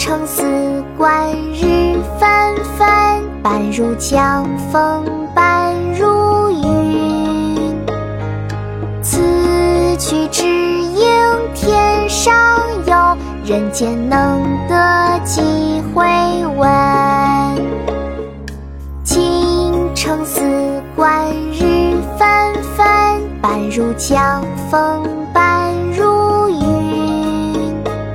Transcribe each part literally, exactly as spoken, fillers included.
城寺，观日纷纷，半如江风，半如云。此去只应天上有，人间能得几回闻。京城寺，观日纷纷，半如江风，半如云。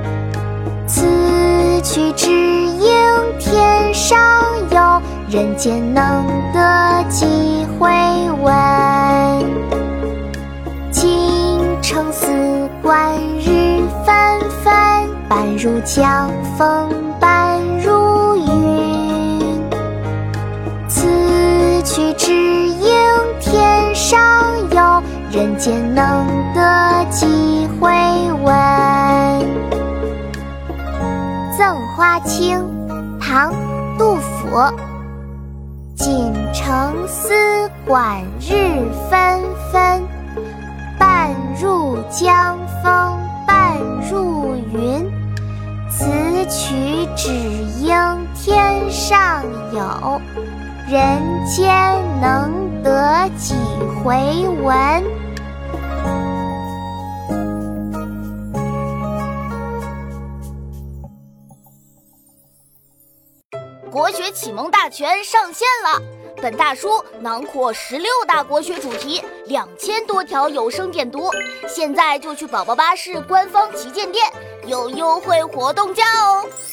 此去只应天上有，人间能得几回闻。京城寺，观日纷纷，半如江风，半如云。此去只应天上有，人间能得几回闻。《赠花卿》唐·杜甫。锦城丝，管日纷纷，半入江风，半入云。此曲只应天上有，人间能得几回闻。 国学启蒙大全上线了！本大书囊括十六大国学主题，两千多条有声点读。现在就去宝宝巴士官方旗舰店，有优惠活动价哦！